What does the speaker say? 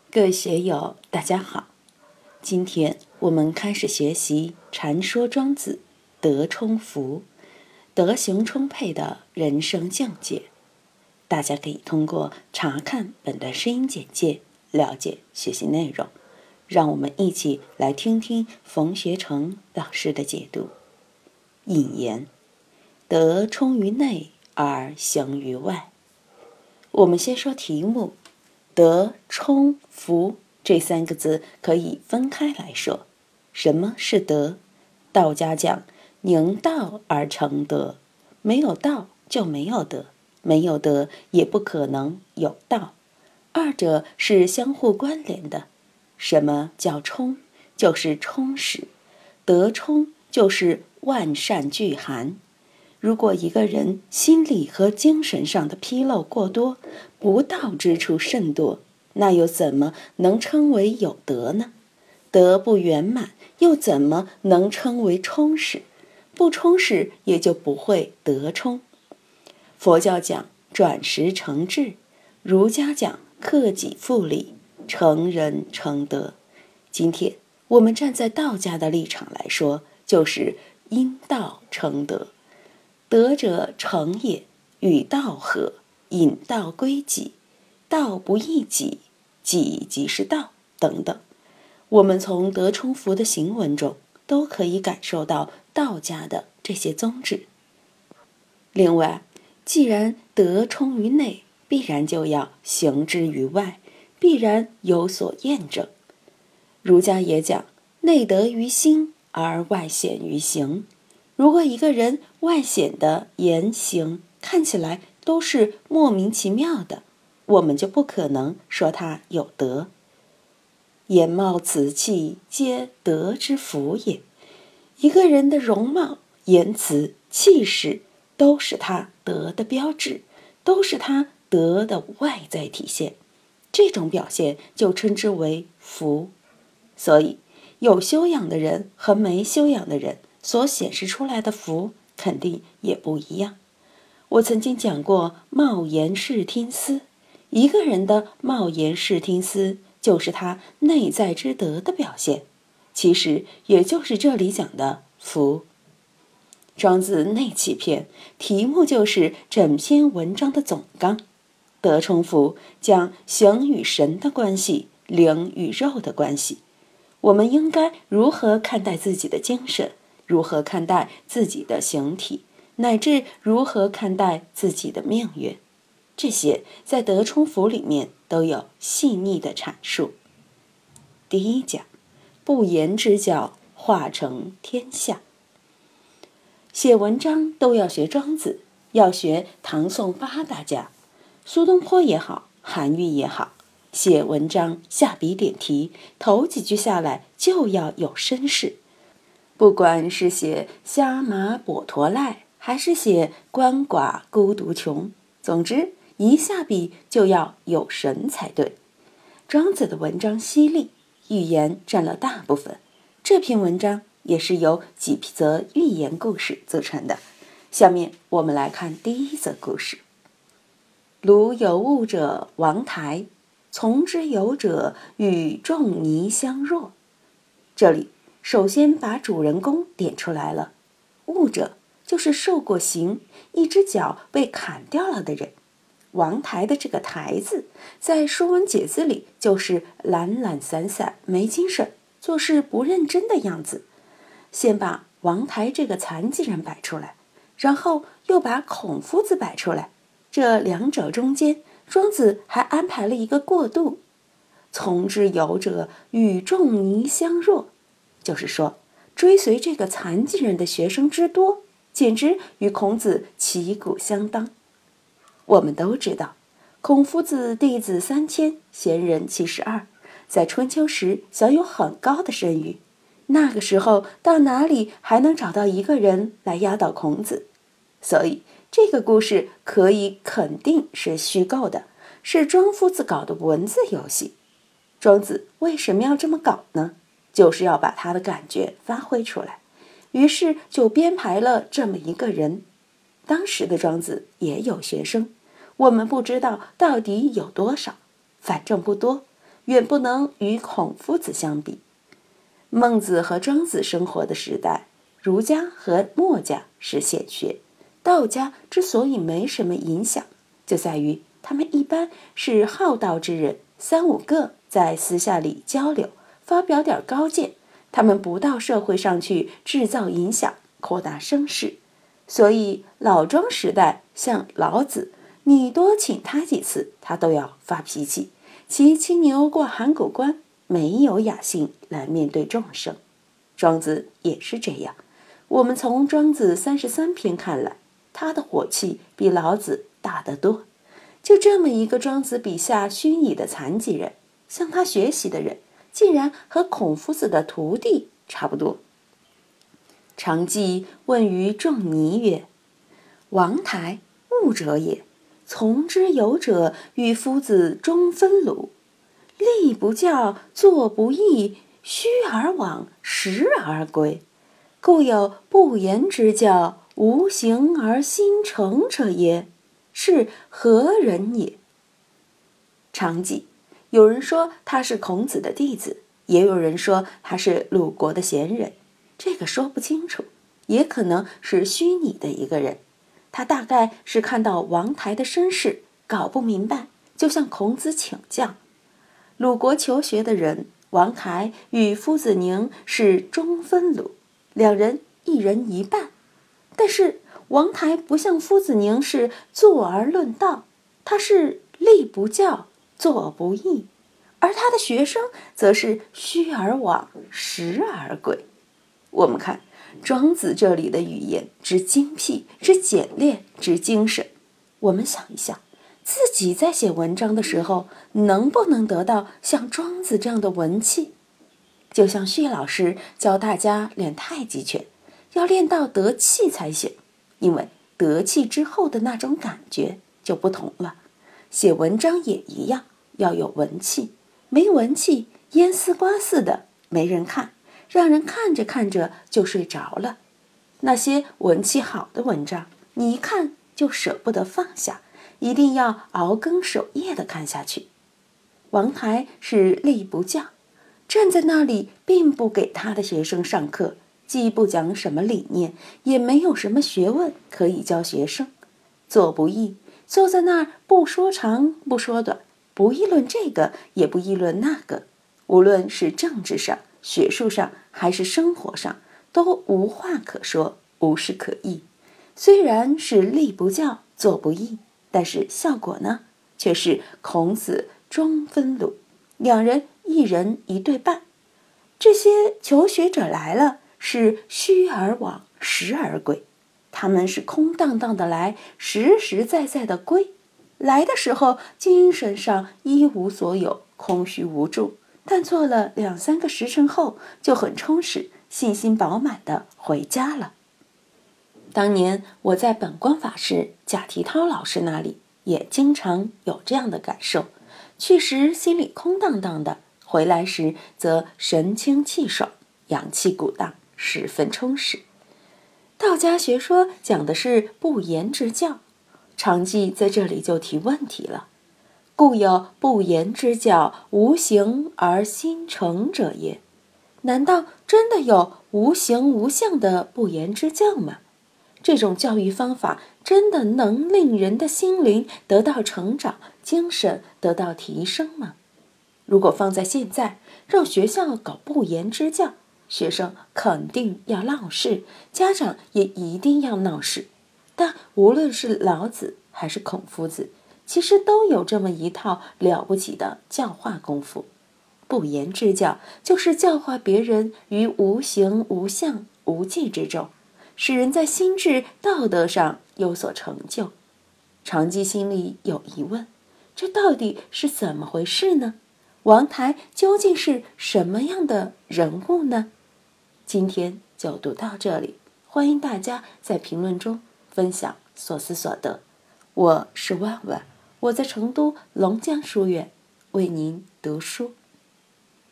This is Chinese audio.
各位学友，大家好！今天我们开始学习《禅说庄子》德充福，德行充沛的人生境界。大家可以通过查看本段声音简介了解学习内容。让我们一起来听听冯学成老师的解读。引言：德充于内而行于外。我们先说题目。德、充、福这三个字可以分开来说。什么是德？道家讲宁道而成德，没有道就没有德，没有德也不可能有道，二者是相互关联的。什么叫充？就是充实。德充就是万善俱含。如果一个人心理和精神上的纰漏过多，不道之处甚多，那又怎么能称为有德呢？德不圆满，又怎么能称为充实？不充实，也就不会德充。佛教讲转识成智，儒家讲克己复礼，成人成德。今天我们站在道家的立场来说，就是因道成德。德者成也，与道合，引道归己，道不异己，己即是道，等等。我们从德充福的行文中都可以感受到道家的这些宗旨。另外，既然德充于内，必然就要行之于外，必然有所验证。儒家也讲内德于心，而外显于行。如果一个人外显的言行看起来都是莫名其妙的，我们就不可能说他有德。颜貌辞气，皆德之福也。一个人的容貌、言辞、气势，都是他德的标志，都是他德的外在体现。这种表现就称之为福。所以，有修养的人和没修养的人所显示出来的福肯定也不一样。我曾经讲过貌言视听思，一个人的貌言视听思就是他内在之德的表现，其实也就是这里讲的福。庄子内气篇题目就是整篇文章的总纲。德充福讲形与神的关系，灵与肉的关系。我们应该如何看待自己的精神，如何看待自己的形体，乃至如何看待自己的命运，这些在德充福里面都有细腻的阐述。第一讲，不言之教，化成天下。写文章都要学庄子，要学唐宋八大家，苏东坡也好，韩愈也好，写文章下笔点题，头几句下来就要有身势。不管是写虾马跛驮赖，还是写鳏寡孤独穷，总之一下笔就要有神才对。庄子的文章犀利，寓言占了大部分。这篇文章也是由几则寓言故事组成的。下面我们来看第一则故事。鲁有物者王台，从之有者与仲尼相若。这里首先把主人公点出来了，物者就是受过刑，一只脚被砍掉了的人。王台的这个台字，在《说文解字》里就是懒懒散散，没精神，做事不认真的样子。先把王台这个残疾人摆出来，然后又把孔夫子摆出来，这两者中间，庄子还安排了一个过渡。从之有者与仲尼相若，就是说追随这个残疾人的学生之多，简直与孔子旗鼓相当。我们都知道，孔夫子弟子3000，贤人72，在春秋时享有很高的声誉。那个时候到哪里还能找到一个人来压倒孔子？所以这个故事可以肯定是虚构的，是庄夫子搞的文字游戏。庄子为什么要这么搞呢？就是要把他的感觉发挥出来，于是就编排了这么一个人。当时的庄子也有学生，我们不知道到底有多少，反正不多， 远不能与孔夫子相比。孟子和庄子生活的时代，儒家和墨家是显学，道家之所以没什么影响，就在于他们一般是好道之人，3-5个在私下里交流，发表点高见，他们不到社会上去制造影响，扩大声势。所以老庄时代，像老子，你多请他几次，他都要发脾气，骑青牛过函谷关，没有雅兴来面对众生。庄子也是这样，我们从庄子33篇看来，他的火气比老子大得多。就这么一个庄子笔下虚拟的残疾人，向他学习的人，竟然和孔夫子的徒弟差不多。常记问于仲尼曰：王台，物者也，从之有者与夫子中分鲁，立不教，坐不义，虚而往，实而归，故有不言之教，无形而心诚者也，是何人也？常记，有人说他是孔子的弟子，也有人说他是鲁国的贤人，这个说不清楚，也可能是虚拟的一个人。他大概是看到王台的身世，搞不明白，就向孔子请教。鲁国求学的人，王台与夫子宁是中分鲁，两人一人一半。但是王台不像夫子宁是坐而论道，他是立不教，坐不义，而他的学生则是虚而往，实而归。我们看庄子这里的语言之精辟，之简练，之精神，我们想一想，自己在写文章的时候，能不能得到像庄子这样的文气？就像旭老师教大家练太极拳，要练到得气才行，因为得气之后的那种感觉就不同了。写文章也一样，要有文气，没文气，腌丝瓜似的，没人看，让人看着看着就睡着了。那些文气好的文章，你一看就舍不得放下，一定要熬更守夜的看下去。王台是立不教，站在那里并不给他的学生上课，既不讲什么理念，也没有什么学问可以教学生。坐不义，坐在那儿不说长不说短，不议论这个也不议论那个，无论是政治上、学术上还是生活上，都无话可说，无事可议。虽然是立不教，坐不义，但是效果呢，却是孔子中分鲁，两人一人一对半。这些求学者来了，是虚而往，实而归。他们是空荡荡的来，实实在在的归。来的时候精神上一无所有，空虚无助，但做了2-3个时辰后，就很充实，信心饱满的回家了。当年我在本光法师贾提涛老师那里，也经常有这样的感受，去时心里空荡荡的，回来时则神清气爽，阳气鼓荡，十分充实。道家学说讲的是不言之教，常记在这里就提问题了。故有不言之教，无形而心诚者也。难道真的有无形无相的不言之教吗？这种教育方法真的能令人的心灵得到成长，精神得到提升吗？如果放在现在，让学校搞不言之教，学生肯定要闹事，家长也一定要闹事。但无论是老子还是孔夫子，其实都有这么一套了不起的教化功夫。不言之教就是教化别人于无形无相无迹之中，使人在心智道德上有所成就。常记心里有疑问，这到底是怎么回事呢？王台究竟是什么样的人物呢？今天就读到这里，欢迎大家在评论中分享所思所得。我是万万，我在成都龙江书院为您读书。